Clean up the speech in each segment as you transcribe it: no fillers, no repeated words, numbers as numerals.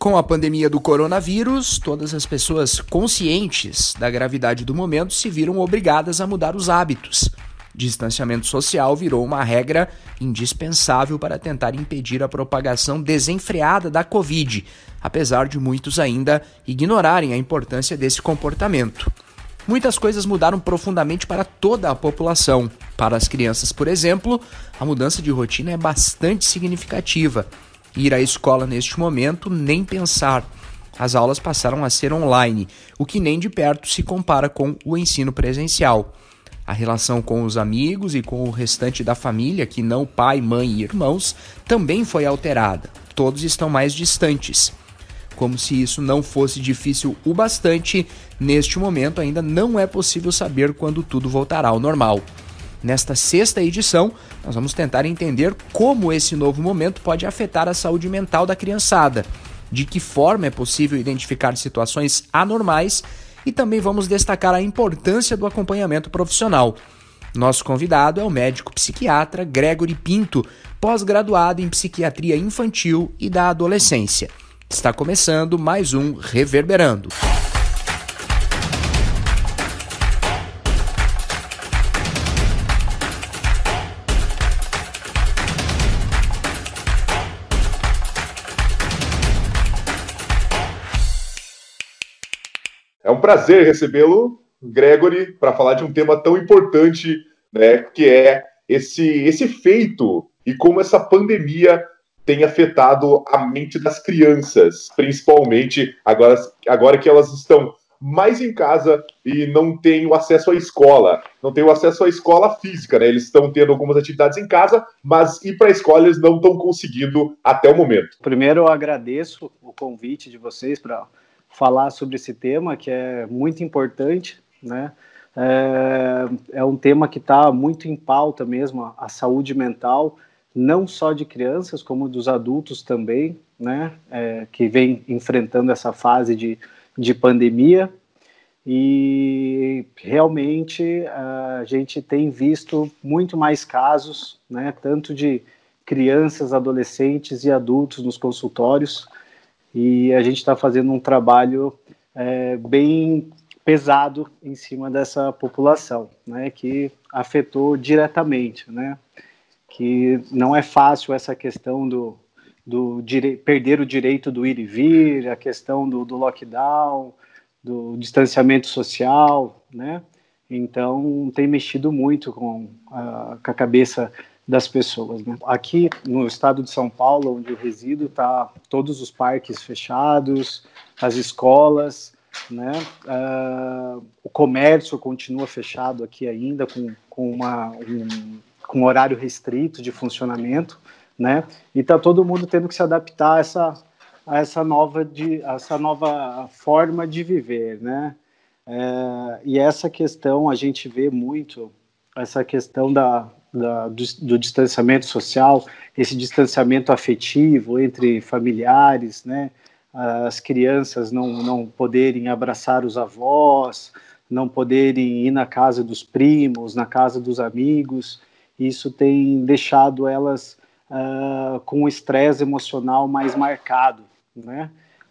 Com a pandemia do coronavírus, todas as pessoas conscientes da gravidade do momento se viram obrigadas a mudar os hábitos. Distanciamento social virou uma regra indispensável para tentar impedir a propagação desenfreada da Covid, apesar de muitos ainda ignorarem a importância desse comportamento. Muitas coisas mudaram profundamente para toda a população. Para as crianças, por exemplo, a mudança de rotina é bastante significativa. Ir à escola neste momento, nem pensar. As aulas passaram a ser online, o que nem de perto se compara com o ensino presencial. A relação com os amigos e com o restante da família, que não pai, mãe e irmãos, também foi alterada. Todos estão mais distantes. Como se isso não fosse difícil o bastante, neste momento ainda não é possível saber quando tudo voltará ao normal. Nesta sexta edição, nós vamos tentar entender como esse novo momento pode afetar a saúde mental da criançada, de que forma é possível identificar situações anormais e também vamos destacar a importância do acompanhamento profissional. Nosso convidado é o médico psiquiatra Gregory Pinto, pós-graduado em psiquiatria infantil e da adolescência. Está começando mais um Reverberando. É um prazer recebê-lo, Gregory, para falar de um tema tão importante, né, que é esse efeito e como essa pandemia tem afetado a mente das crianças, principalmente agora que elas estão mais em casa e não têm o acesso à escola, não têm o acesso à escola física, né? Eles estão tendo algumas atividades em casa, mas ir para a escola eles não estão conseguindo até o momento. Primeiro, eu agradeço o convite de vocês para falar sobre esse tema, que é muito importante, né? É um tema que está muito em pauta mesmo, a saúde mental, não só de crianças, como dos adultos também, né? Que vem enfrentando essa fase de pandemia. E realmente a gente tem visto muito mais casos, né? Tanto de crianças, adolescentes e adultos nos consultórios. E a gente está fazendo um trabalho bem pesado em cima dessa população, né, que afetou diretamente, né, que não é fácil essa questão perder o direito do ir e vir, a questão do lockdown, do distanciamento social, né, então tem mexido muito com a cabeça das pessoas, né? Aqui no estado de São Paulo, onde eu resido, tá todos os parques fechados, as escolas, né? O comércio continua fechado aqui ainda, com um horário restrito de funcionamento, né? E tá todo mundo tendo que se adaptar a essa nova forma de viver, né? E essa questão a gente vê muito, essa questão do distanciamento social, esse distanciamento afetivo entre familiares, né? As crianças não poderem abraçar os avós, não poderem ir na casa dos primos, na casa dos amigos. Isso tem deixado elas com um estresse emocional mais marcado, né?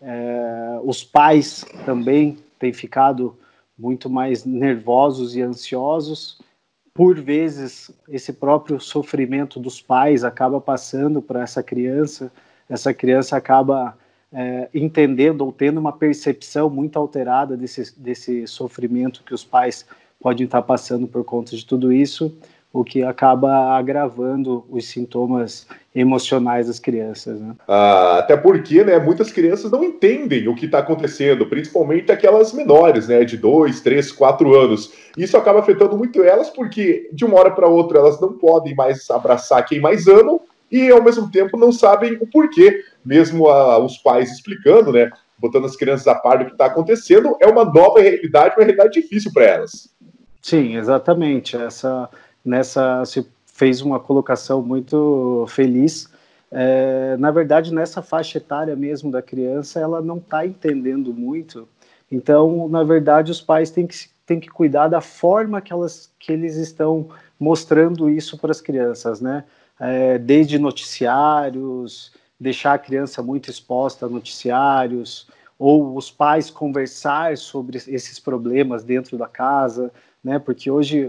Os pais também têm ficado muito mais nervosos e ansiosos. Por vezes, esse próprio sofrimento dos pais acaba passando para essa criança acaba entendendo ou tendo uma percepção muito alterada desse sofrimento que os pais podem estar passando por conta de tudo isso, o que acaba agravando os sintomas emocionais das crianças, né? Até porque, né, muitas crianças não entendem o que está acontecendo, principalmente aquelas menores, né, de 2, 3, 4 anos. Isso acaba afetando muito elas, porque de uma hora para outra elas não podem mais abraçar quem mais amam e, ao mesmo tempo, não sabem o porquê. Mesmo os pais explicando, né, botando as crianças a par do que está acontecendo, é uma nova realidade, uma realidade difícil para elas. Sim, exatamente. Se fez uma colocação muito feliz. Na verdade, nessa faixa etária mesmo da criança, ela não está entendendo muito. Então, na verdade, os pais têm que cuidar da forma que eles estão mostrando isso para as crianças, né? Desde noticiários, deixar a criança muito exposta a noticiários, ou os pais conversar sobre esses problemas dentro da casa, né? Porque hoje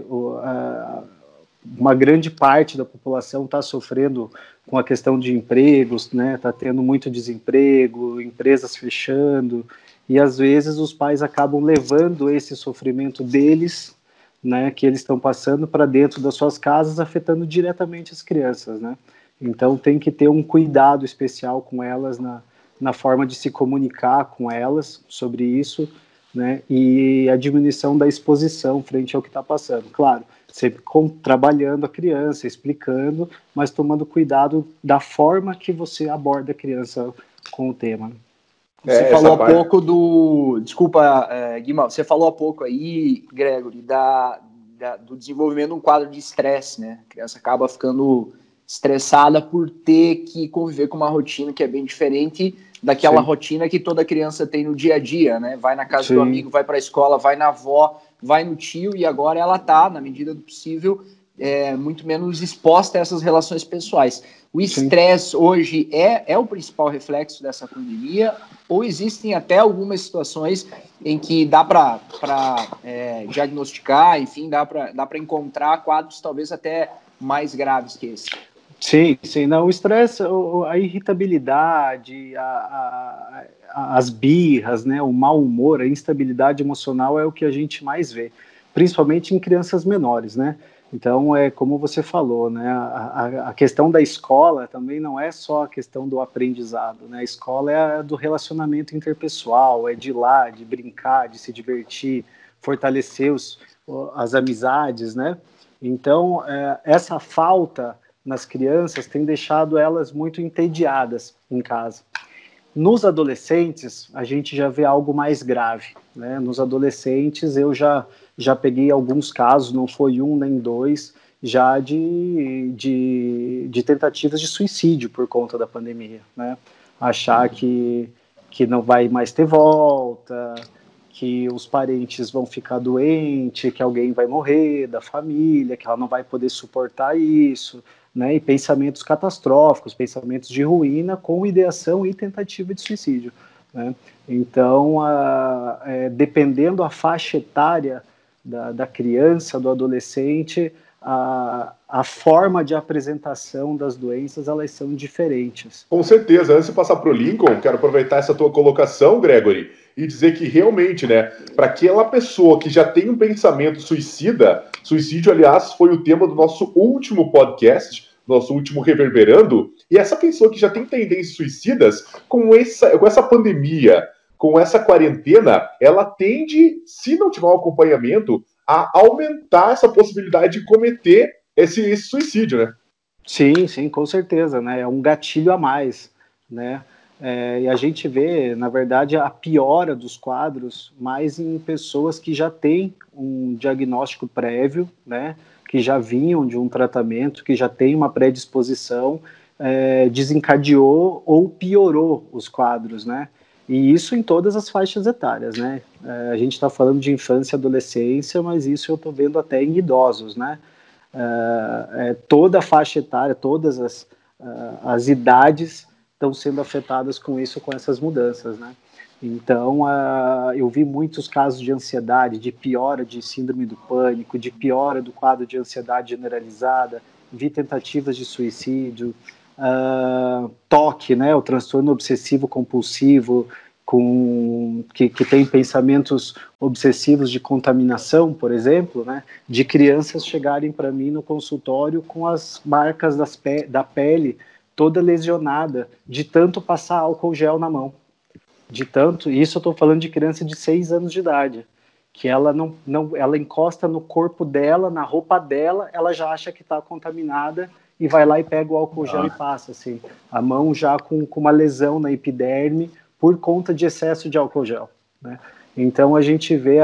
uma grande parte da população está sofrendo com a questão de empregos, né? Está tendo muito desemprego, empresas fechando, e às vezes os pais acabam levando esse sofrimento deles, né, que eles estão passando, para dentro das suas casas, afetando diretamente as crianças, né? Então tem que ter um cuidado especial com elas na forma de se comunicar com elas sobre isso, né? E a diminuição da exposição frente ao que está passando. Claro, sempre trabalhando a criança, explicando, mas tomando cuidado da forma que você aborda a criança com o tema. Você falou há pouco do... Desculpa, Guimar, você falou há pouco aí, Gregory, do desenvolvimento de um quadro de estresse, né? A criança acaba ficando estressada por ter que conviver com uma rotina que é bem diferente daquela Sim. rotina que toda criança tem no dia a dia, né? Vai na casa Sim. do amigo, vai para a escola, vai na avó, vai no tio, e agora ela tá, na medida do possível, muito menos exposta a essas relações pessoais. O estresse hoje é o principal reflexo dessa pandemia, ou existem até algumas situações em que dá para diagnosticar, enfim, dá para encontrar quadros talvez até mais graves que esse? Sim, sim. Não, o estresse, a irritabilidade, as birras, né, o mau humor, a instabilidade emocional é o que a gente mais vê, principalmente em crianças menores, né? Então, é como você falou, né? A questão da escola também não é só a questão do aprendizado, né? A escola é do relacionamento interpessoal, é de ir lá, de brincar, de se divertir, fortalecer as amizades, né? Então, essa falta nas crianças tem deixado elas muito entediadas em casa. Nos adolescentes, a gente já vê algo mais grave, né? Nos adolescentes, eu já peguei alguns casos, não foi um nem dois, já de tentativas de suicídio por conta da pandemia, né? Achar que não vai mais ter volta, que os parentes vão ficar doentes, que alguém vai morrer da família, que ela não vai poder suportar isso, né? E pensamentos catastróficos, pensamentos de ruína com ideação e tentativa de suicídio, né? Então, dependendo da faixa etária da criança, do adolescente, a forma de apresentação das doenças, elas são diferentes. Com certeza. Antes de passar para o Lincoln, quero aproveitar essa tua colocação, Gregory, e dizer que realmente, né, para aquela pessoa que já tem um pensamento suicida, suicídio, aliás, foi o tema do nosso último podcast, nosso último Reverberando, e essa pessoa que já tem tendências suicidas, com essa pandemia, com essa quarentena, ela tende, se não tiver um acompanhamento, a aumentar essa possibilidade de cometer esse suicídio, né? Sim, sim, com certeza, né? É um gatilho a mais, né? E a gente vê, na verdade, a piora dos quadros mais em pessoas que já têm um diagnóstico prévio, né? Que já vinham de um tratamento, que já tem uma predisposição, desencadeou ou piorou os quadros, né? E isso em todas as faixas etárias, né? A gente está falando de infância e adolescência, mas isso eu estou vendo até em idosos, né? Toda a faixa etária, todas as idades estão sendo afetadas com isso, com essas mudanças, né? Então, eu vi muitos casos de ansiedade, de piora de síndrome do pânico, de piora do quadro de ansiedade generalizada, vi tentativas de suicídio, TOC, né, o transtorno obsessivo compulsivo, que tem pensamentos obsessivos de contaminação, por exemplo, né, de crianças chegarem para mim no consultório com as marcas da pele toda lesionada, de tanto passar álcool gel na mão. De tanto, isso eu estou falando de criança de 6 anos de idade, que ela ela encosta no corpo dela, na roupa dela, ela já acha que está contaminada e vai lá e pega o álcool gel e passa, assim, a mão já com uma lesão na epiderme por conta de excesso de álcool gel, né? Então a gente vê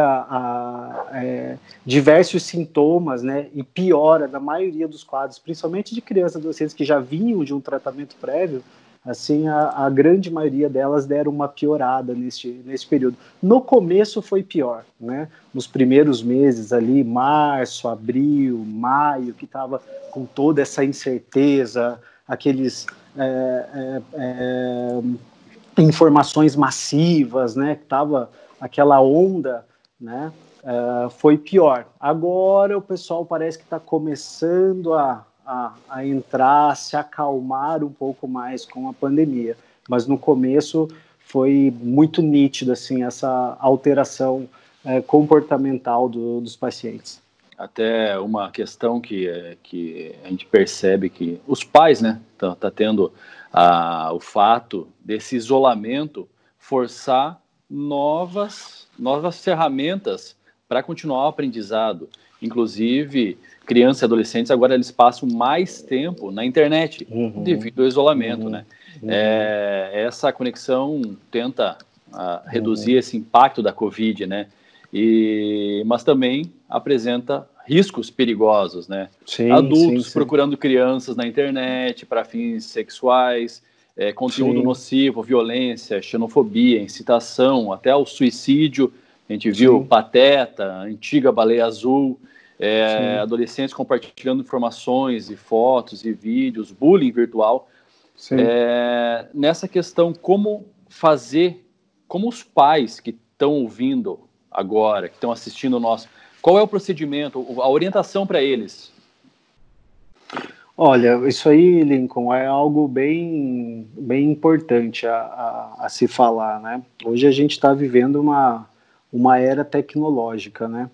diversos sintomas, né, e piora da maioria dos quadros, principalmente de crianças e adolescentes que já vinham de um tratamento prévio. Assim, a grande maioria delas deram uma piorada nesse período. No começo foi pior, né? Nos primeiros meses ali, março, abril, maio, que estava com toda essa incerteza, aqueles informações massivas, né, que estava aquela onda, né, foi pior. Agora o pessoal parece que está começando a entrar, se acalmar um pouco mais com a pandemia, mas no começo foi muito nítido assim, essa alteração comportamental dos pacientes. Até uma questão que a gente percebe que os pais, né, tá tendo o fato desse isolamento forçar novas ferramentas para continuar o aprendizado. Inclusive, crianças e adolescentes agora eles passam mais tempo na internet devido ao isolamento, né? Essa conexão tenta reduzir esse impacto da Covid, né? Mas também apresenta riscos perigosos, né? Adultos procurando crianças na internet para fins sexuais, conteúdo nocivo, violência, xenofobia, incitação, até o suicídio. A gente viu Pateta, Antiga Baleia Azul, adolescentes compartilhando informações e fotos e vídeos, bullying virtual. Nessa questão, como os pais que estão ouvindo agora, que estão assistindo o nosso, qual é o procedimento, a orientação para eles? Olha, isso aí, Lincoln, é algo bem importante a se falar, né? Hoje a gente está vivendo uma era tecnológica, né?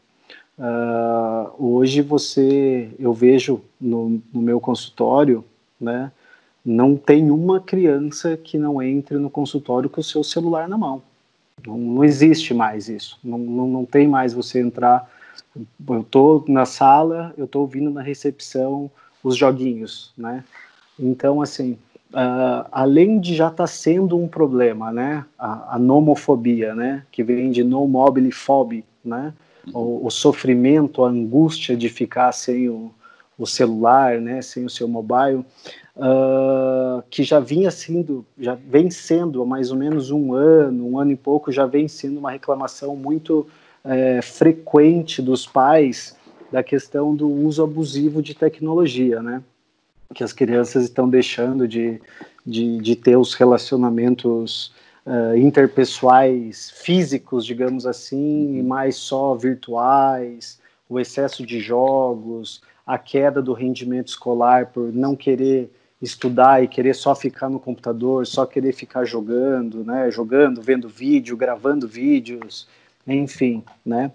Hoje eu vejo no meu consultório, né? Não tem uma criança que não entre no consultório com o seu celular na mão. Não existe mais isso. Não tem mais você entrar. Eu estou na sala, eu estou ouvindo na recepção os joguinhos, né? Então, assim, além de já estar sendo um problema, né? A nomofobia, né? Que vem de no mobile phobia, né? O sofrimento, a angústia de ficar sem o celular, né? Sem o seu mobile. Que já vem sendo há mais ou menos um ano e pouco, já vem sendo uma reclamação muito frequente dos pais da questão do uso abusivo de tecnologia, né? Que as crianças estão deixando de ter os relacionamentos interpessoais físicos, digamos assim, e mais só virtuais, o excesso de jogos, a queda do rendimento escolar por não querer estudar e querer só ficar no computador, só querer ficar jogando, né? Jogando, vendo vídeo, gravando vídeos, enfim, né?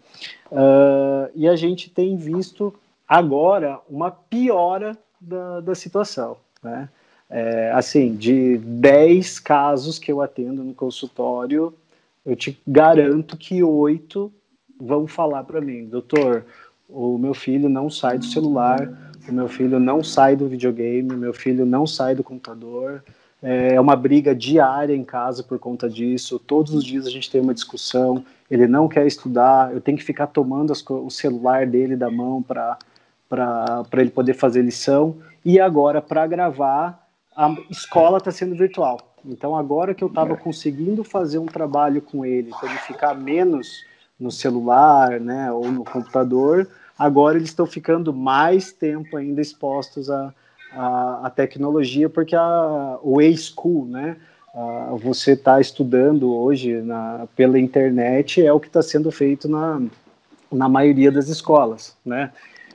E a gente tem visto agora uma piora da situação, né? Assim, de 10 casos que eu atendo no consultório, eu te garanto que 8 vão falar para mim, doutor, o meu filho não sai do celular, o meu filho não sai do videogame, o meu filho não sai do computador, é uma briga diária em casa por conta disso, todos os dias a gente tem uma discussão, ele não quer estudar, eu tenho que ficar tomando o celular dele da mão para ele poder fazer lição, e agora para gravar, a escola está sendo virtual. Então agora que eu estava conseguindo fazer um trabalho com ele, para ele ficar menos no celular, né, ou no computador, agora eles estão ficando mais tempo ainda expostos à tecnologia, porque o e-school, né, você está estudando hoje pela internet, é o que está sendo feito na maioria das escolas, né?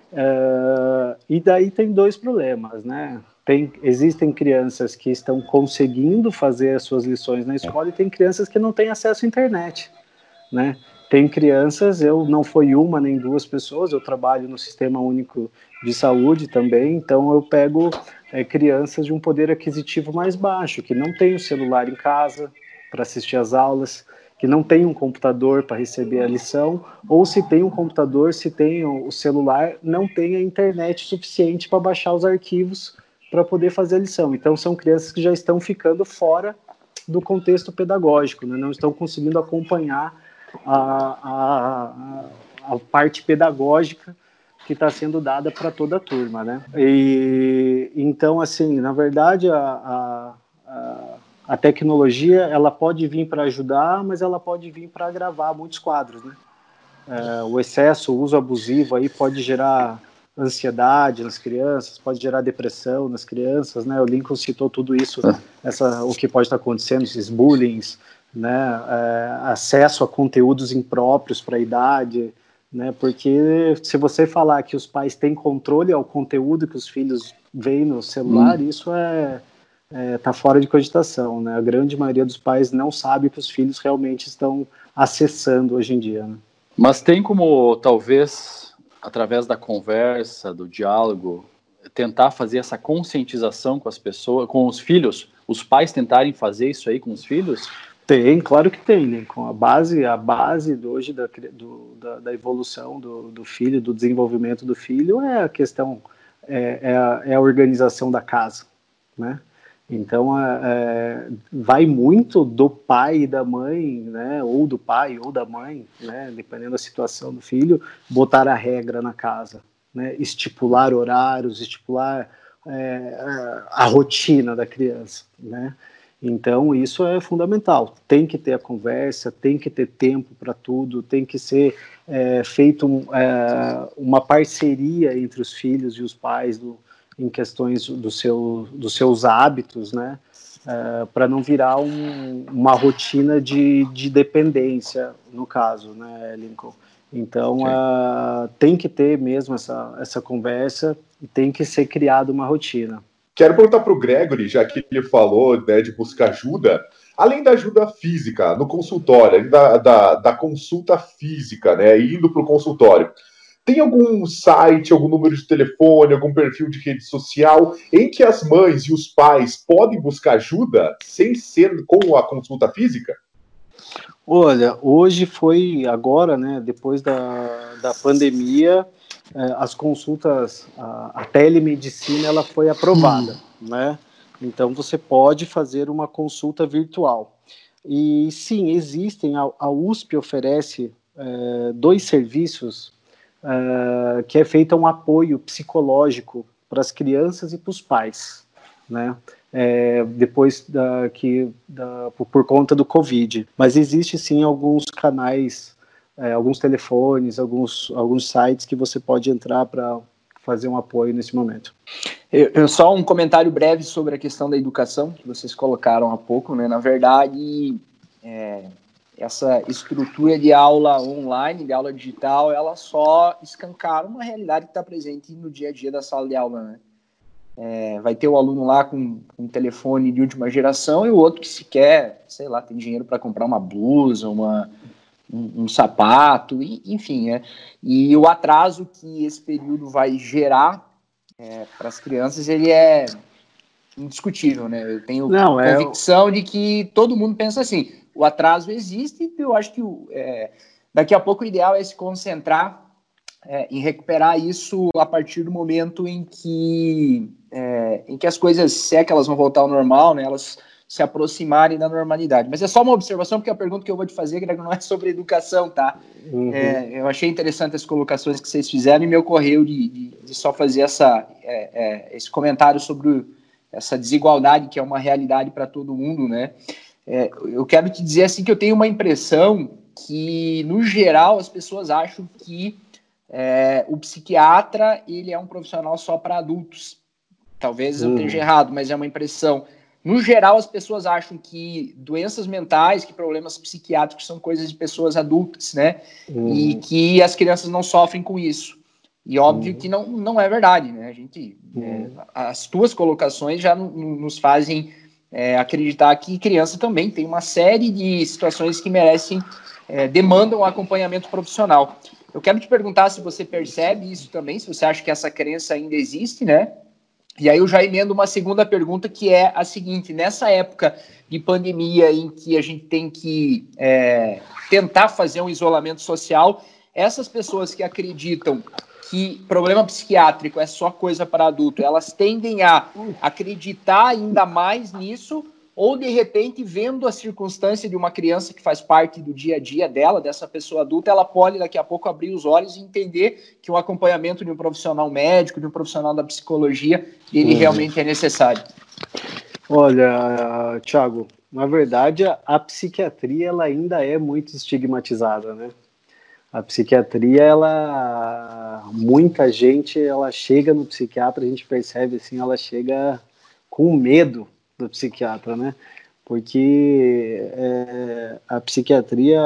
E daí tem dois problemas, né? Existem crianças que estão conseguindo fazer as suas lições na escola e tem crianças que não têm acesso à internet, né? Tem crianças, não foi uma nem duas pessoas, eu trabalho no Sistema Único de Saúde também, então eu pego crianças de um poder aquisitivo mais baixo, que não tem o celular em casa para assistir às aulas, que não tem um computador para receber a lição, ou se tem um computador, se tem o celular, não tem a internet suficiente para baixar os arquivos para poder fazer a lição. Então são crianças que já estão ficando fora do contexto pedagógico, né? Não estão conseguindo acompanhar a parte pedagógica que está sendo dada para toda a turma, né? E então, assim, na verdade, a tecnologia ela pode vir para ajudar, mas ela pode vir para agravar muitos quadros, né? O excesso, o uso abusivo aí pode gerar ansiedade nas crianças, pode gerar depressão nas crianças, né? O Lincoln citou tudo isso, o que pode estar acontecendo, esses bullying, né? Acesso a conteúdos impróprios para a idade, né? Porque se você falar que os pais têm controle ao conteúdo que os filhos veem no celular, isso tá fora de cogitação, né? A grande maioria dos pais não sabe o que os filhos realmente estão acessando hoje em dia, né? Mas tem como, talvez, através da conversa, do diálogo, tentar fazer essa conscientização com as pessoas, com os filhos, os pais tentarem fazer isso aí com os filhos? Tem, claro que tem, né? Com a base hoje da evolução do filho, do desenvolvimento do filho, é a questão, é a organização da casa, né? Então, vai muito do pai e da mãe, né? Ou do pai ou da mãe, né? Dependendo da situação do filho, botar a regra na casa, né? Estipular horários, estipular a rotina da criança, né? Então, isso é fundamental. Tem que ter a conversa, tem que ter tempo para tudo, tem que ser feito uma parceria entre os filhos e os pais em questões dos seus hábitos, né? Para não virar uma rotina de dependência, no caso, né, Lincoln? Então, tem que ter mesmo essa conversa e tem que ser criada uma rotina. Quero perguntar para o Gregory, já que ele falou, né, de buscar ajuda, além da ajuda física no consultório, além da consulta física, né, indo para o consultório, tem algum site, algum número de telefone, algum perfil de rede social em que as mães e os pais podem buscar ajuda sem ser com a consulta física? Olha, hoje foi agora, né, depois da pandemia, as consultas, a telemedicina, ela foi aprovada, né? Então você pode fazer uma consulta virtual. E sim, existem, a USP oferece 2 serviços que é feito um apoio psicológico para as crianças e para os pais, né? Depois por conta do Covid. Mas existe sim alguns canais, alguns telefones, alguns sites que você pode entrar para fazer um apoio nesse momento. Só um comentário breve sobre a questão da educação, que vocês colocaram há pouco, né? Na verdade, essa estrutura de aula online, de aula digital, ela só escancara uma realidade que está presente no dia a dia da sala de aula, né? Vai ter o aluno lá com um telefone de última geração e o outro que sequer, sei lá, tem dinheiro para comprar uma blusa, um sapato, enfim, né? E o atraso que esse período vai gerar para as crianças, ele é indiscutível, né? Eu tenho convicção de que todo mundo pensa assim, o atraso existe e eu acho que daqui a pouco o ideal é se concentrar em recuperar isso a partir do momento em que as coisas, se é que elas vão voltar ao normal, né, elas se aproximarem da normalidade. Mas é só uma observação, porque a pergunta que eu vou te fazer, Greg, não é sobre educação, tá? Uhum. Eu achei interessante as colocações que vocês fizeram e me ocorreu de só fazer esse comentário sobre essa desigualdade que é uma realidade para todo mundo, né? Eu quero te dizer assim que eu tenho uma impressão que, no geral, as pessoas acham que o psiquiatra ele é um profissional só para adultos. Talvez eu esteja errado, mas é uma impressão. No geral, as pessoas acham que doenças mentais, que problemas psiquiátricos são coisas de pessoas adultas, né? E que as crianças não sofrem com isso. E óbvio que não é verdade, né? As tuas colocações já nos fazem acreditar que criança também tem uma série de situações que merecem, demandam um acompanhamento profissional. Eu quero te perguntar se você percebe isso também, se você acha que essa crença ainda existe, né? E aí eu já emendo uma segunda pergunta, que é a seguinte: nessa época de pandemia em que a gente tem que tentar fazer um isolamento social, essas pessoas que acreditam que problema psiquiátrico é só coisa para adulto, elas tendem a acreditar ainda mais nisso, ou de repente, vendo a circunstância de uma criança que faz parte do dia a dia dela, dessa pessoa adulta, ela pode daqui a pouco abrir os olhos e entender que o acompanhamento de um profissional médico, de um profissional da psicologia, ele realmente é necessário. Olha, Thiago, na verdade a psiquiatria ela ainda é muito estigmatizada, né? A psiquiatria, muita gente, ela chega no psiquiatra, a gente percebe assim, ela chega com medo do psiquiatra, né? Porque a psiquiatria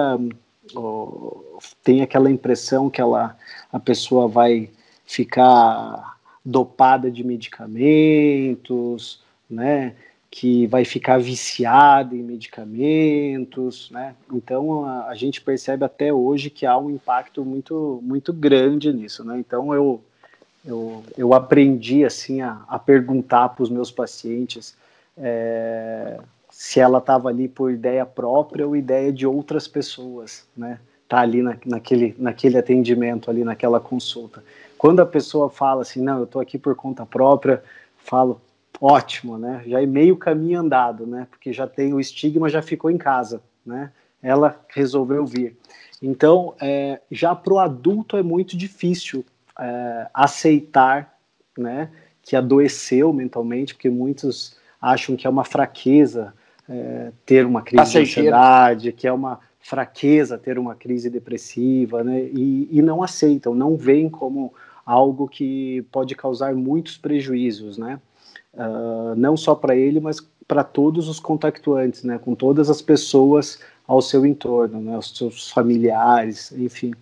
tem aquela impressão que a pessoa vai ficar dopada de medicamentos, né? Que vai ficar viciada em medicamentos, né? Então a gente percebe até hoje que há um impacto muito, muito grande nisso, né? Então eu aprendi assim a perguntar para os meus pacientes se ela estava ali por ideia própria ou ideia de outras pessoas, né? Tá ali naquele atendimento ali, naquela consulta. Quando a pessoa fala assim, não, eu estou aqui por conta própria, falo, ótimo, né? Já é meio caminho andado, né? Porque já tem o estigma, já ficou em casa, né? Ela resolveu vir. Então, já para o adulto é muito difícil aceitar, né? Que adoeceu mentalmente, porque muitos acham que é uma fraqueza ter uma crise de ansiedade, que é uma fraqueza ter uma crise depressiva, né? E não aceitam, não veem como algo que pode causar muitos prejuízos, né? Não só para ele, mas para todos os contactuantes, né? Com todas as pessoas ao seu entorno, né? Os seus familiares, enfim.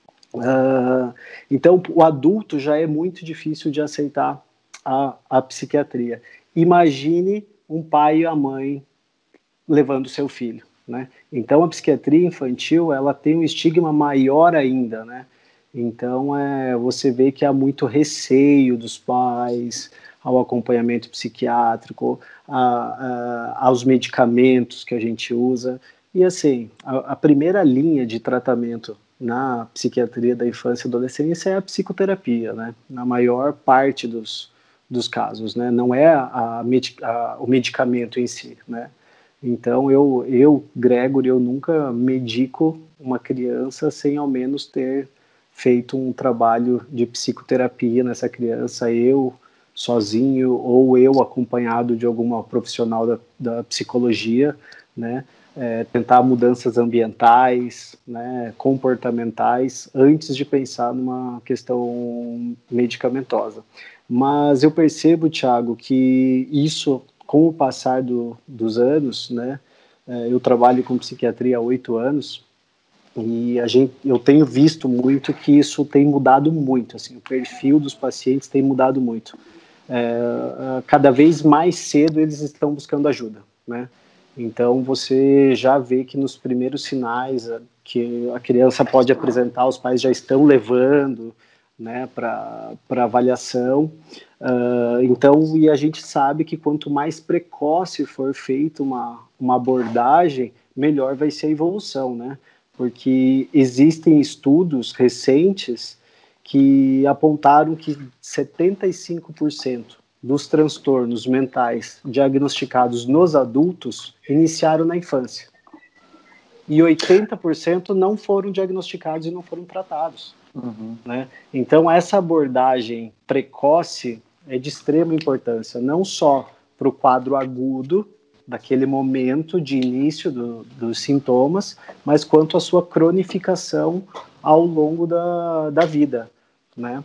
Então, o adulto já é muito difícil de aceitar a psiquiatria. Imagine um pai e a mãe levando seu filho, né? Então, a psiquiatria infantil, ela tem um estigma maior ainda, né? Então, você vê que há muito receio dos pais ao acompanhamento psiquiátrico, aos medicamentos que a gente usa. E, assim, a primeira linha de tratamento na psiquiatria da infância e adolescência é a psicoterapia, né? Na maior parte dos casos, né? Não é o medicamento em si, né? Então, Gregory, eu nunca medico uma criança sem ao menos ter feito um trabalho de psicoterapia nessa criança, eu sozinho ou eu acompanhado de alguma profissional da psicologia, né? Tentar mudanças ambientais, né, comportamentais, antes de pensar numa questão medicamentosa. Mas eu percebo, Thiago, que isso, com o passar dos anos, né, eu trabalho com psiquiatria há 8 anos, e eu tenho visto muito que isso tem mudado muito, assim, o perfil dos pacientes tem mudado muito. Cada vez mais cedo eles estão buscando ajuda, né? Então você já vê que nos primeiros sinais que a criança pode apresentar, os pais já estão levando, né, para avaliação. Então, e a gente sabe que quanto mais precoce for feita uma abordagem, melhor vai ser a evolução, né? Porque existem estudos recentes que apontaram que 75% dos transtornos mentais diagnosticados nos adultos iniciaram na infância. E 80% não foram diagnosticados e não foram tratados. Uhum. Né? Então, essa abordagem precoce é de extrema importância, não só para o quadro agudo, daquele momento de início dos sintomas, mas quanto à sua cronificação ao longo da vida, né?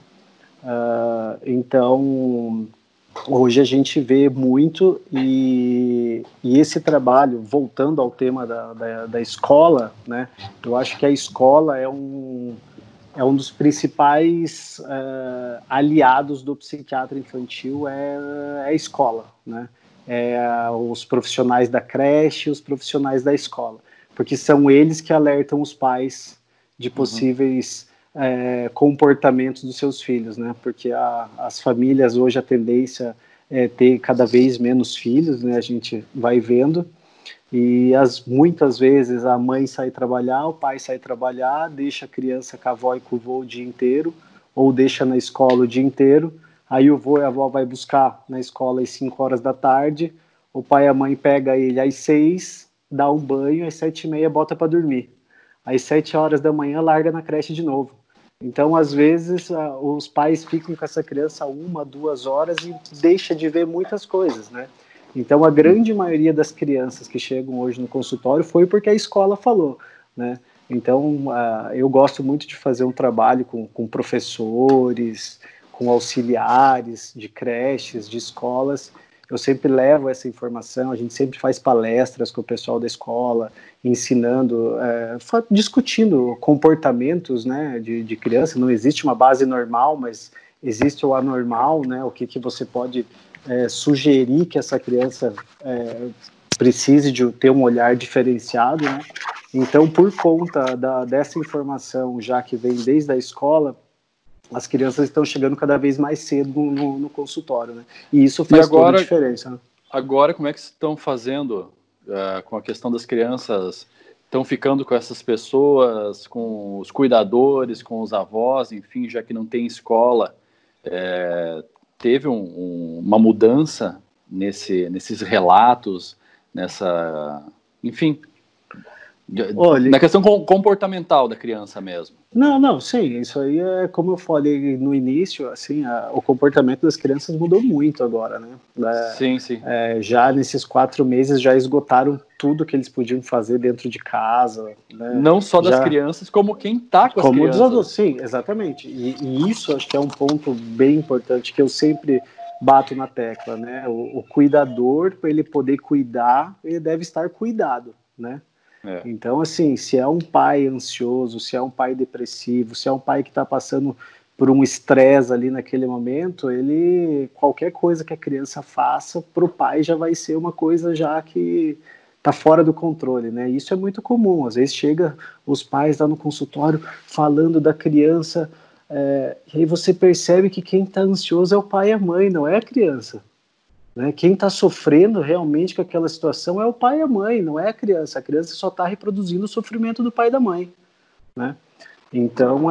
Então, hoje a gente vê muito, e esse trabalho, voltando ao tema da escola, né? Eu acho que a escola é um dos principais aliados do psiquiatra infantil, é a escola, né? Os profissionais da creche, os profissionais da escola, porque são eles que alertam os pais de possíveis comportamentos dos seus filhos, né? Porque as famílias hoje, a tendência é ter cada vez menos filhos, né? A gente vai vendo, e muitas vezes a mãe sai trabalhar, o pai sai trabalhar, deixa a criança com a avó e com o vô o dia inteiro, ou deixa na escola o dia inteiro. Aí o vô e a avó vai buscar na escola às 5 horas da tarde, o pai e a mãe pega ele às 6, dá um banho, às 7h30 bota para dormir. Às 7 horas da manhã larga na creche de novo. Então, às vezes, os pais ficam com essa criança 1, 2 horas e deixa de ver muitas coisas, né? Então, a grande maioria das crianças que chegam hoje no consultório foi porque a escola falou, né? Então, eu gosto muito de fazer um trabalho com professores, com auxiliares de creches, de escolas. Eu sempre levo essa informação, a gente sempre faz palestras com o pessoal da escola, ensinando, discutindo comportamentos, né, de criança. Não existe uma base normal, mas existe o anormal, né, o que você pode sugerir que essa criança precise de ter um olhar diferenciado, né? Então, por conta dessa informação, já que vem desde a escola, as crianças estão chegando cada vez mais cedo no consultório, né? E isso faz toda a diferença. Né? Agora, como é que estão fazendo com a questão das crianças? Estão ficando com essas pessoas, com os cuidadores, com os avós, enfim, já que não tem escola? Teve uma mudança nesses relatos, enfim, olha, na questão comportamental da criança mesmo. Não, sim, isso aí é como eu falei no início, assim, o comportamento das crianças mudou muito agora, né? Sim. Já nesses 4 meses já esgotaram tudo que eles podiam fazer dentro de casa. Né? Não só das crianças, como quem está com as crianças. Dos adultos, sim, exatamente. E isso acho que é um ponto bem importante que eu sempre bato na tecla, né? O cuidador, para ele poder cuidar, ele deve estar cuidado, né? Então, assim, se é um pai ansioso, se é um pai depressivo, se é um pai que está passando por um estresse ali naquele momento, qualquer coisa que a criança faça para o pai já vai ser uma coisa já que está fora do controle, né? Isso é muito comum. Às vezes chega os pais lá no consultório falando da criança, e aí você percebe que quem está ansioso é o pai e a mãe, não é a criança. Né? Quem está sofrendo realmente com aquela situação é o pai e a mãe, não é a criança. A criança só está reproduzindo o sofrimento do pai e da mãe. Né? Então,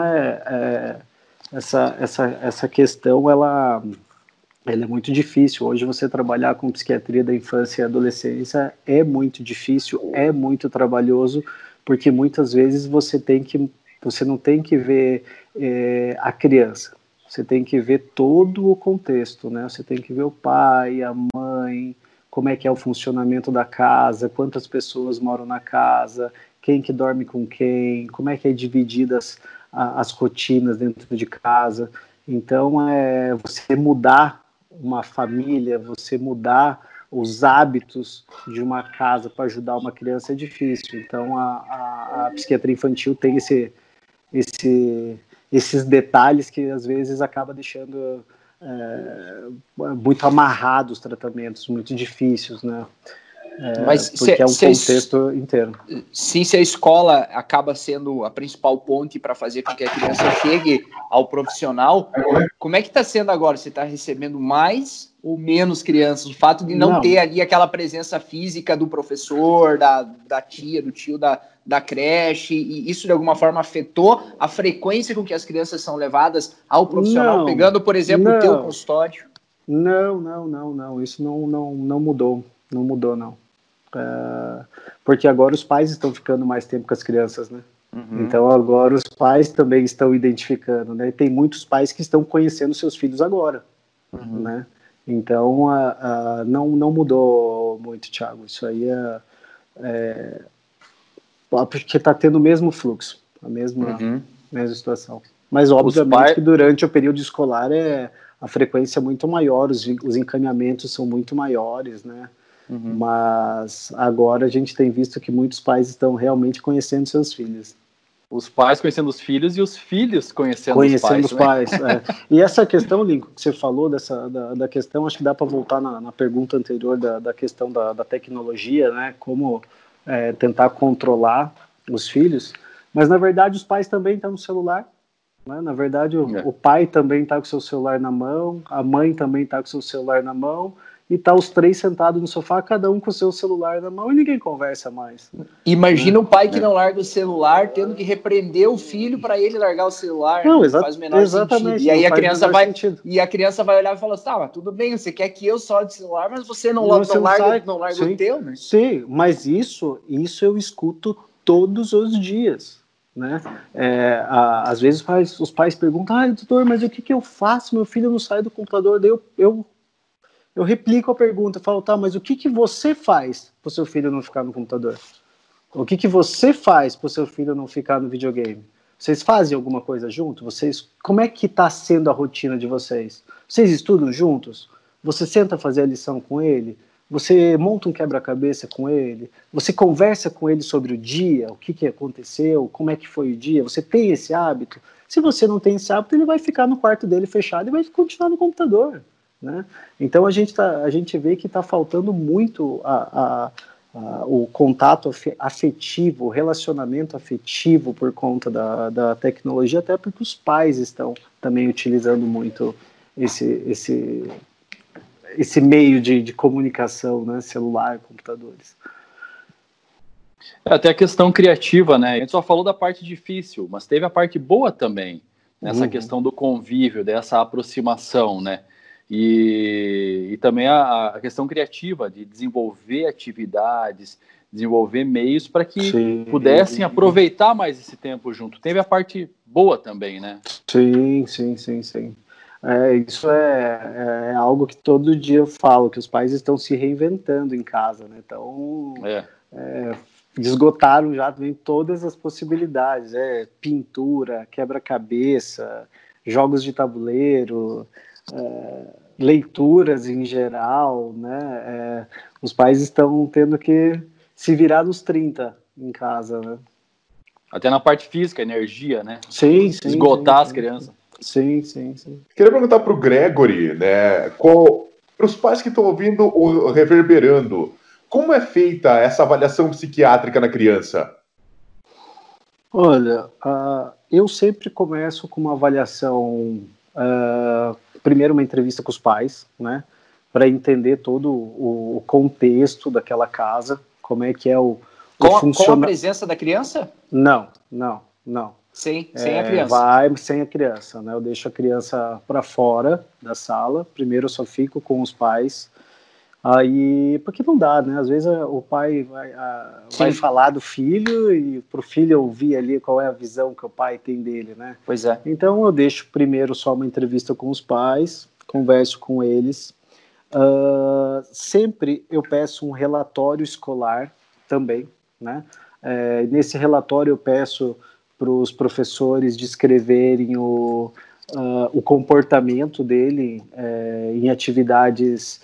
essa questão ela é muito difícil. Hoje você trabalhar com psiquiatria da infância e adolescência é muito difícil, é muito trabalhoso, porque muitas vezes você não tem que ver a criança. Você tem que ver todo o contexto, né? Você tem que ver o pai, a mãe, como é que é o funcionamento da casa, quantas pessoas moram na casa, quem que dorme com quem, como é que é divididas as rotinas dentro de casa. Então, você mudar uma família, você mudar os hábitos de uma casa para ajudar uma criança é difícil. Então, a psiquiatria infantil tem esses detalhes que às vezes acaba deixando muito amarrados os tratamentos, muito difíceis, né? Mas porque é um contexto inteiro. Sim, se a escola acaba sendo a principal ponte para fazer com que a criança chegue ao profissional, como é que está sendo agora? Você está recebendo mais ou menos crianças? O fato de não ter ali aquela presença física do professor, da tia, do tio, da creche, e isso de alguma forma afetou a frequência com que as crianças são levadas ao profissional, pegando, por exemplo, o teu consultório? Não, isso não mudou, não. Porque agora os pais estão ficando mais tempo com as crianças, né? Uhum. Então agora os pais também estão identificando, né? Tem muitos pais que estão conhecendo seus filhos agora, né? Então não mudou muito, Thiago. Isso aí porque está tendo o mesmo fluxo, a mesma situação. Mas obviamente que durante o período escolar a frequência é muito maior, os encaminhamentos são muito maiores, né? Mas agora a gente tem visto que muitos pais estão realmente conhecendo seus filhos. Os pais conhecendo os filhos e os filhos conhecendo os pais. E essa questão, Lincoln, que você falou da questão, acho que dá para voltar na pergunta anterior da questão da tecnologia, né? Como tentar controlar os filhos. Mas, na verdade, os pais também estão no celular. Né? Na verdade, o pai também está com o seu celular na mão, a mãe também está com o seu celular na mão, e tá os três sentados no sofá, cada um com o seu celular na mão, e ninguém conversa mais. Imagina um pai que não larga o celular, tendo que repreender o filho para ele largar o celular. Não faz o menor sentido. E aí a criança vai olhar e falar assim, tá, mas tudo bem, você quer que eu solte o celular, mas você não larga o teu, né? Sim, mas isso eu escuto todos os dias. Né? Às vezes os pais perguntam, doutor, mas o que eu faço? Meu filho não sai do computador. Daí eu replico a pergunta, falo, tá, mas o que você faz para o seu filho não ficar no computador? O que você faz para o seu filho não ficar no videogame? Vocês fazem alguma coisa junto? Como é que está sendo a rotina de vocês? Vocês estudam juntos? Você senta a fazer a lição com ele? Você monta um quebra-cabeça com ele? Você conversa com ele sobre o dia, o que aconteceu, como é que foi o dia? Você tem esse hábito? Se você não tem esse hábito, ele vai ficar no quarto dele fechado e vai continuar no computador, né? Então a gente vê que está faltando muito o contato afetivo, o relacionamento afetivo por conta da tecnologia, até porque os pais estão também utilizando muito esse meio de comunicação, né? Celular, computadores. Até a questão criativa, né? A gente só falou da parte difícil, mas teve a parte boa também, nessa questão do convívio, dessa aproximação, né? E também a questão criativa, de desenvolver atividades, desenvolver meios para que pudessem aproveitar mais esse tempo junto. Teve a parte boa também, né? Sim. Isso é algo que todo dia eu falo, que os pais estão se reinventando em casa, né? Então, esgotaram já também todas as possibilidades, pintura, quebra-cabeça, jogos de tabuleiro, leituras em geral, né? Os pais estão tendo que se virar nos 30 em casa, né? Até na parte física, energia, né? Sim. Esgotar as crianças. Sim. Queria perguntar para o Gregory, né? Para os pais que estão ouvindo o Reverberando, como é feita essa avaliação psiquiátrica na criança? Olha, eu sempre começo com uma avaliação, primeiro uma entrevista com os pais, né, para entender todo o contexto daquela casa, como é que é com a presença da criança? Não. Sem a criança. Vai sem a criança, né? Eu deixo a criança para fora da sala. Primeiro eu só fico com os pais. Aí, porque não dá, né? Às vezes o pai vai falar do filho e para o filho ouvir ali qual é a visão que o pai tem dele, né? Pois é. Então eu deixo primeiro só uma entrevista com os pais, converso com eles. Sempre eu peço um relatório escolar também, né? Nesse relatório eu peço para os professores descreverem o comportamento dele em atividades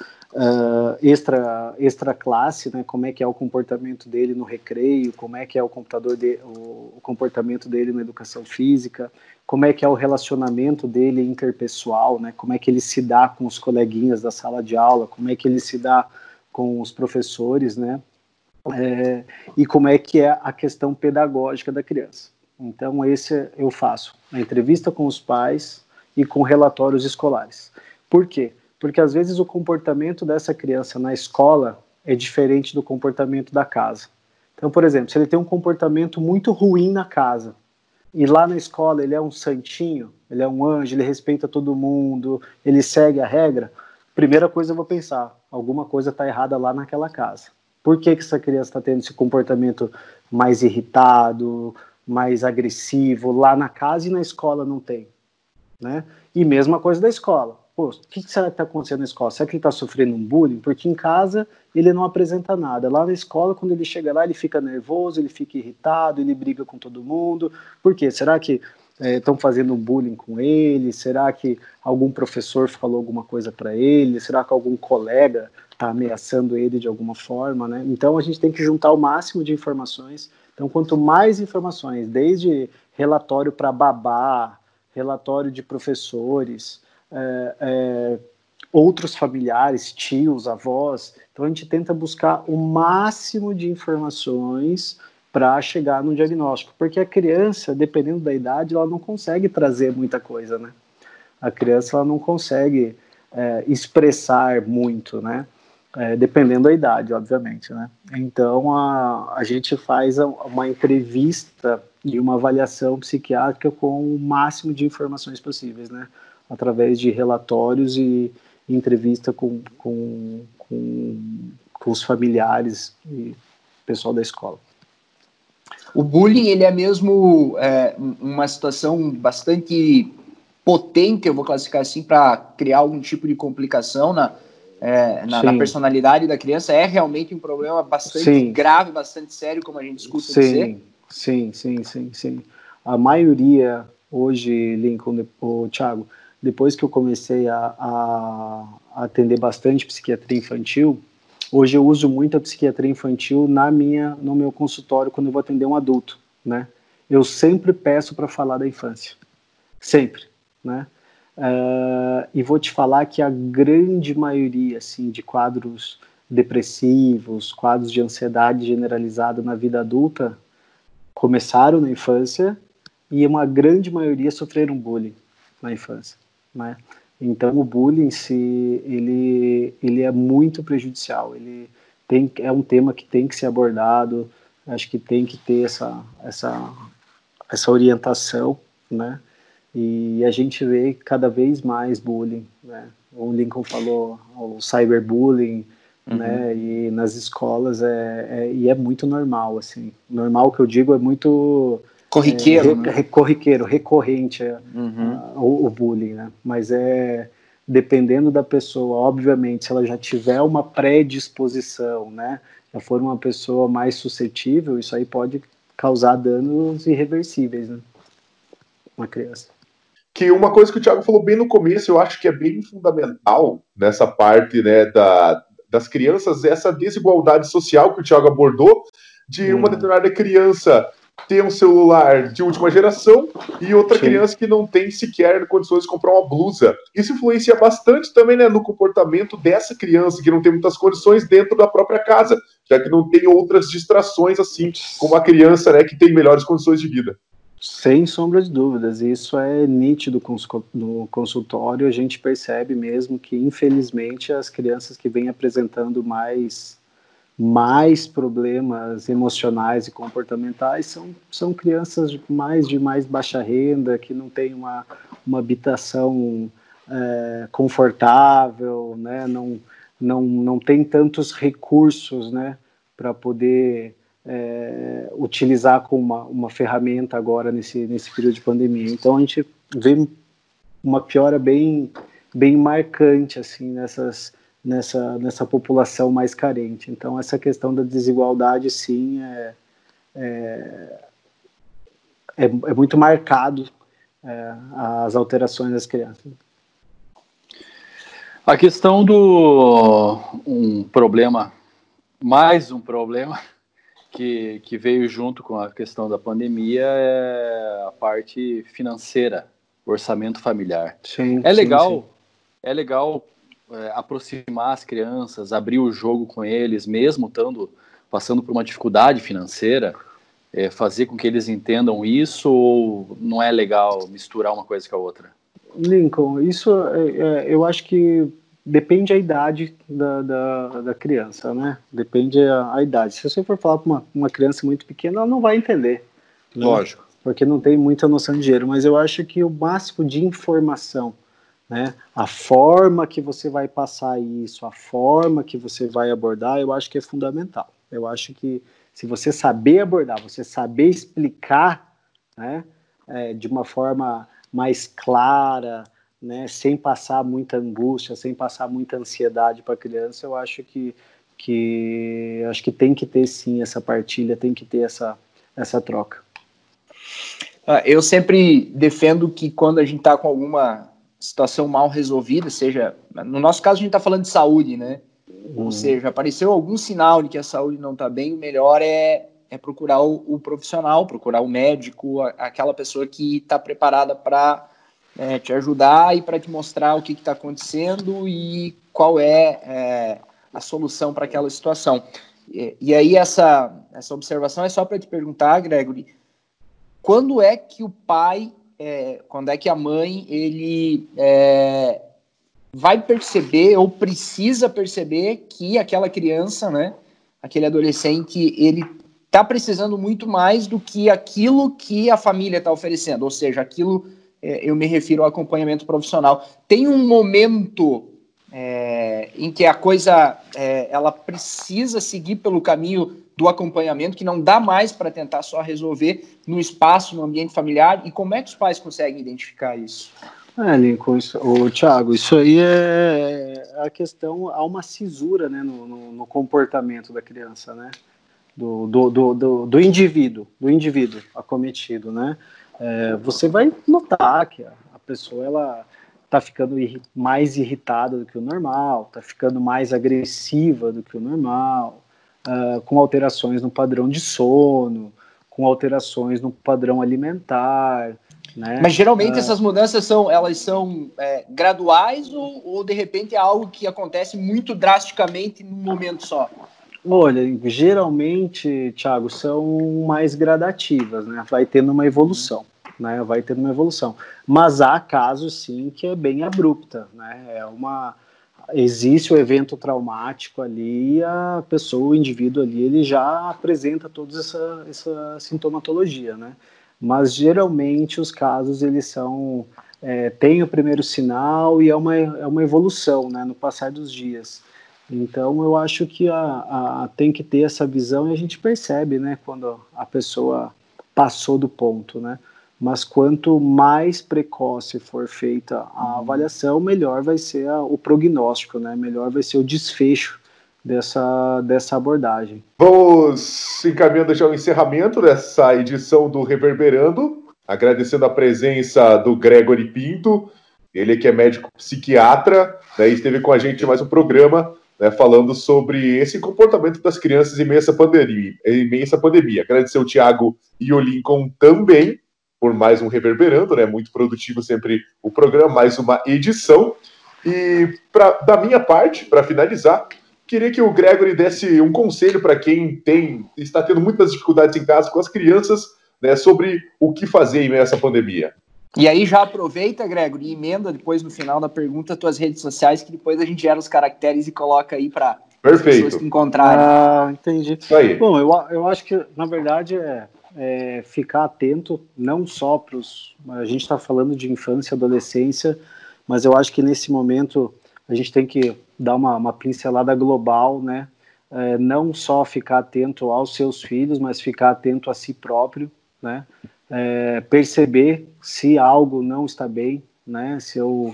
extra classe, né? Como é que é o comportamento dele no recreio, como é que é o comportamento dele na educação física, como é que é o relacionamento dele interpessoal, né? Como é que ele se dá com os coleguinhas da sala de aula, como é que ele se dá com os professores, né? E como é que é a questão pedagógica da criança. Então esse eu faço a entrevista com os pais e com relatórios escolares. Por quê? Porque às vezes o comportamento dessa criança na escola é diferente do comportamento da casa. Então, por exemplo, se ele tem um comportamento muito ruim na casa e lá na escola ele é um santinho, ele é um anjo, ele respeita todo mundo, ele segue a regra, primeira coisa eu vou pensar, alguma coisa está errada lá naquela casa. Por que essa criança está tendo esse comportamento mais irritado, mais agressivo lá na casa e na escola não tem, né? E mesma coisa da escola. Pô, o que será que está acontecendo na escola? Será que ele está sofrendo um bullying? Porque em casa ele não apresenta nada. Lá na escola, quando ele chega lá, ele fica nervoso, ele fica irritado, ele briga com todo mundo. Por quê? Será que estão fazendo um bullying com ele? Será que algum professor falou alguma coisa para ele? Será que algum colega está ameaçando ele de alguma forma, né? Então a gente tem que juntar o máximo de informações. Então, quanto mais informações, desde relatório para babá, relatório de professores, outros familiares, tios, avós, então a gente tenta buscar o máximo de informações para chegar no diagnóstico, porque a criança, dependendo da idade, ela não consegue trazer muita coisa, né? A criança ela não consegue expressar muito, né? Dependendo da idade, obviamente, né? Então a gente faz uma entrevista e uma avaliação psiquiátrica com o máximo de informações possíveis, né? Através de relatórios e entrevista com os familiares e pessoal da escola. O bullying, ele é mesmo uma situação bastante potente, eu vou classificar assim, para criar algum tipo de complicação na personalidade da criança, é realmente um problema bastante grave, bastante sério, como a gente escuta dizer. Sim. A maioria hoje, Lincoln, Thiago, depois que eu comecei a atender bastante psiquiatria infantil, hoje eu uso muito a psiquiatria infantil no meu consultório quando eu vou atender um adulto, né? Eu sempre peço para falar da infância, sempre, né? E vou te falar que a grande maioria, assim, de quadros depressivos, quadros de ansiedade generalizada na vida adulta começaram na infância e uma grande maioria sofreram bullying na infância, né? Então o bullying em si, ele é muito prejudicial, é um tema que tem que ser abordado, acho que tem que ter essa orientação, né? E a gente vê cada vez mais bullying, né? O Lincoln falou o cyberbullying, né? E nas escolas é muito normal, assim. Normal que eu digo é muito corriqueiro, recorrente o bullying, né? Mas dependendo da pessoa, obviamente, se ela já tiver uma predisposição, né? Já for uma pessoa mais suscetível, isso aí pode causar danos irreversíveis, né? Uma criança. Que uma coisa que o Thiago falou bem no começo, eu acho que é bem fundamental nessa parte, né, das crianças, essa desigualdade social que o Thiago abordou, de uma determinada criança ter um celular de última geração e outra criança que não tem sequer condições de comprar uma blusa. Isso influencia bastante também, né, no comportamento dessa criança, que não tem muitas condições dentro da própria casa, já que não tem outras distrações, assim como a criança, né, que tem melhores condições de vida. Sem sombra de dúvidas, isso é nítido no consultório, a gente percebe mesmo que, infelizmente, as crianças que vêm apresentando mais problemas emocionais e comportamentais são crianças de mais baixa renda, que não têm uma habitação confortável, né? Não tem tantos recursos, né, para poder utilizar como uma ferramenta agora nesse período de pandemia. Então a gente vê uma piora bem marcante assim nessa população mais carente. Então essa questão da desigualdade sim é muito marcado as alterações das crianças. A questão mais um problema que veio junto com a questão da pandemia é a parte financeira, orçamento familiar. Sim, é legal aproximar as crianças, abrir o jogo com eles, mesmo passando por uma dificuldade financeira, fazer com que eles entendam isso, ou não é legal misturar uma coisa com a outra? Lincoln, isso eu acho que depende da idade da criança, né? Depende a idade. Se você for falar para uma criança muito pequena, ela não vai entender. Né? Lógico. Porque não tem muita noção de dinheiro. Mas eu acho que o máximo de informação, né? A forma que você vai passar isso, a forma que você vai abordar, eu acho que é fundamental. Eu acho que se você saber abordar, você saber explicar, né? De uma forma mais clara, né, sem passar muita angústia, sem passar muita ansiedade para a criança, eu acho que tem que ter sim essa partilha, tem que ter essa troca. Eu sempre defendo que quando a gente está com alguma situação mal resolvida, seja, no nosso caso a gente está falando de saúde, né? Ou seja, apareceu algum sinal de que a saúde não está bem, o melhor é procurar o profissional, procurar o médico, aquela pessoa que está preparada para te ajudar e para te mostrar o que está acontecendo e qual é a solução para aquela situação. E aí essa observação é só para te perguntar, Gregory, quando é que o pai, quando é que a mãe, ele vai perceber ou precisa perceber que aquela criança, né, aquele adolescente, ele está precisando muito mais do que aquilo que a família está oferecendo, ou seja, aquilo... eu me refiro ao acompanhamento profissional. Tem um momento em que a coisa ela precisa seguir pelo caminho do acompanhamento, que não dá mais para tentar só resolver no espaço, no ambiente familiar, e como é que os pais conseguem identificar isso? Lincoln, Thiago, isso aí é a questão, há uma cisura, né, no comportamento da criança, né, do indivíduo acometido, né. Você vai notar que a pessoa, ela está ficando mais irritada do que o normal, está ficando mais agressiva do que o normal, com alterações no padrão de sono, com alterações no padrão alimentar, né? Mas geralmente essas mudanças são graduais ou de repente é algo que acontece muito drasticamente num momento só? Olha, geralmente, Thiago, são mais gradativas, né? Vai tendo uma evolução, né? Vai tendo uma evolução. Mas há casos, sim, que é bem abrupta, né? Existe o evento traumático ali e a pessoa, o indivíduo ali, ele já apresenta toda essa sintomatologia, né? Mas geralmente os casos, eles são... tem o primeiro sinal e é uma evolução, né? No passar dos dias. Então, eu acho que tem que ter essa visão e a gente percebe, né, quando a pessoa passou do ponto, né? Mas quanto mais precoce for feita a avaliação, melhor vai ser o prognóstico, né? Melhor vai ser o desfecho dessa abordagem. Vamos encaminhando já o encerramento dessa edição do Reverberando, agradecendo a presença do Gregory Pinto, ele que é médico psiquiatra, né, e esteve com a gente em mais um programa, né, falando sobre esse comportamento das crianças em meio a essa pandemia. Agradecer o Thiago e o Lincoln também por mais um Reverberando, né, muito produtivo sempre o programa, mais uma edição. E da minha parte, para finalizar, queria que o Gregory desse um conselho para quem está tendo muitas dificuldades em casa com as crianças, né, sobre o que fazer em meio a essa pandemia. E aí já aproveita, Gregory, e emenda depois no final da pergunta tuas redes sociais, que depois a gente gera os caracteres e coloca aí para as pessoas te encontrarem. Entendi. Isso aí. Bom, eu acho que, na verdade, ficar atento não só para os... A gente está falando de infância e adolescência, mas eu acho que nesse momento a gente tem que dar uma pincelada global, né? Não só ficar atento aos seus filhos, mas ficar atento a si próprio, né? Perceber se algo não está bem, né? Se eu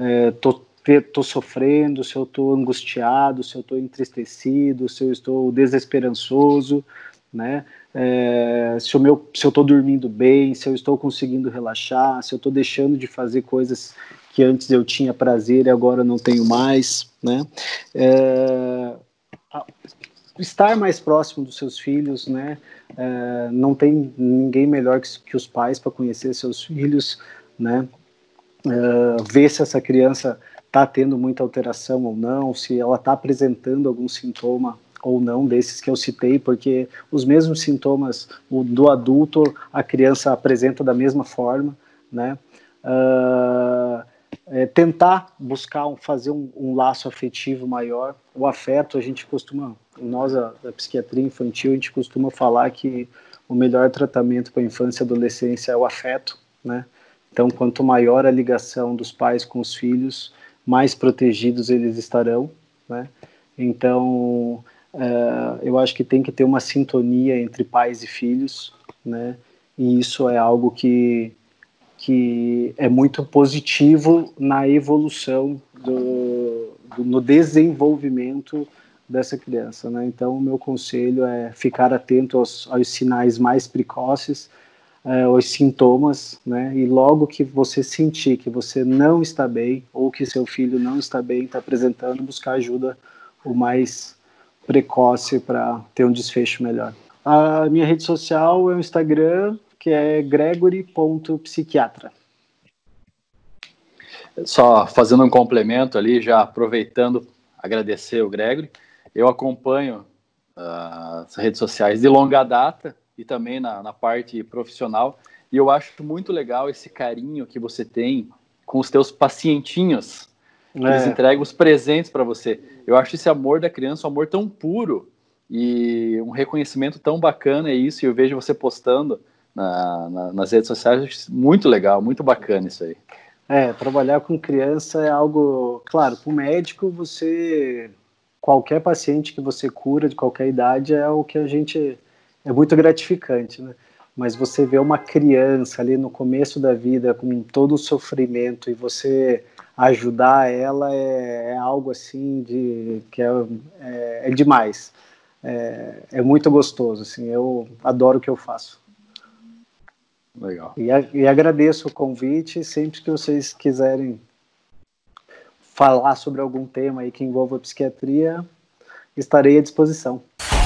tô sofrendo, se eu estou angustiado, se eu estou entristecido, se eu estou desesperançoso, né? Se eu estou dormindo bem, se eu estou conseguindo relaxar, se eu estou deixando de fazer coisas que antes eu tinha prazer e agora não tenho mais, né? Estar mais próximo dos seus filhos, né? Não tem ninguém melhor que os pais para conhecer seus filhos, né? Ver se essa criança está tendo muita alteração ou não, se ela está apresentando algum sintoma ou não desses que eu citei, porque os mesmos sintomas do adulto a criança apresenta da mesma forma, né? Tentar buscar fazer um laço afetivo maior. O afeto, a gente costuma, nós da psiquiatria infantil, a gente costuma falar que o melhor tratamento para a infância e adolescência é o afeto, né? Então, quanto maior a ligação dos pais com os filhos, mais protegidos eles estarão, né? Então, eu acho que tem que ter uma sintonia entre pais e filhos, né? E isso é algo que é muito positivo na evolução no desenvolvimento dessa criança, né? Então, o meu conselho é ficar atento aos sinais mais precoces, aos sintomas, né? E logo que você sentir que você não está bem ou que seu filho não está bem, está apresentando, buscar ajuda o mais precoce para ter um desfecho melhor. A minha rede social é o Instagram, que é gregory.psiquiatra. Só fazendo um complemento ali, já aproveitando, agradecer o Gregory. Eu acompanho as redes sociais de longa data e também na parte profissional, e eu acho muito legal esse carinho que você tem com os teus pacientinhos, que eles entregam os presentes para você. Eu acho esse amor da criança um amor tão puro e um reconhecimento tão bacana, é isso, e eu vejo você postando nas redes sociais, muito legal, muito bacana isso aí. Trabalhar com criança é algo, claro, para o médico, qualquer paciente que você cura de qualquer idade é o que é muito gratificante, né? mas você vê uma criança ali no começo da vida com todo o sofrimento e você ajudar ela é algo assim que é demais. É muito gostoso, assim, eu adoro o que eu faço. Legal. E agradeço o convite, sempre que vocês quiserem falar sobre algum tema aí que envolva psiquiatria, estarei à disposição.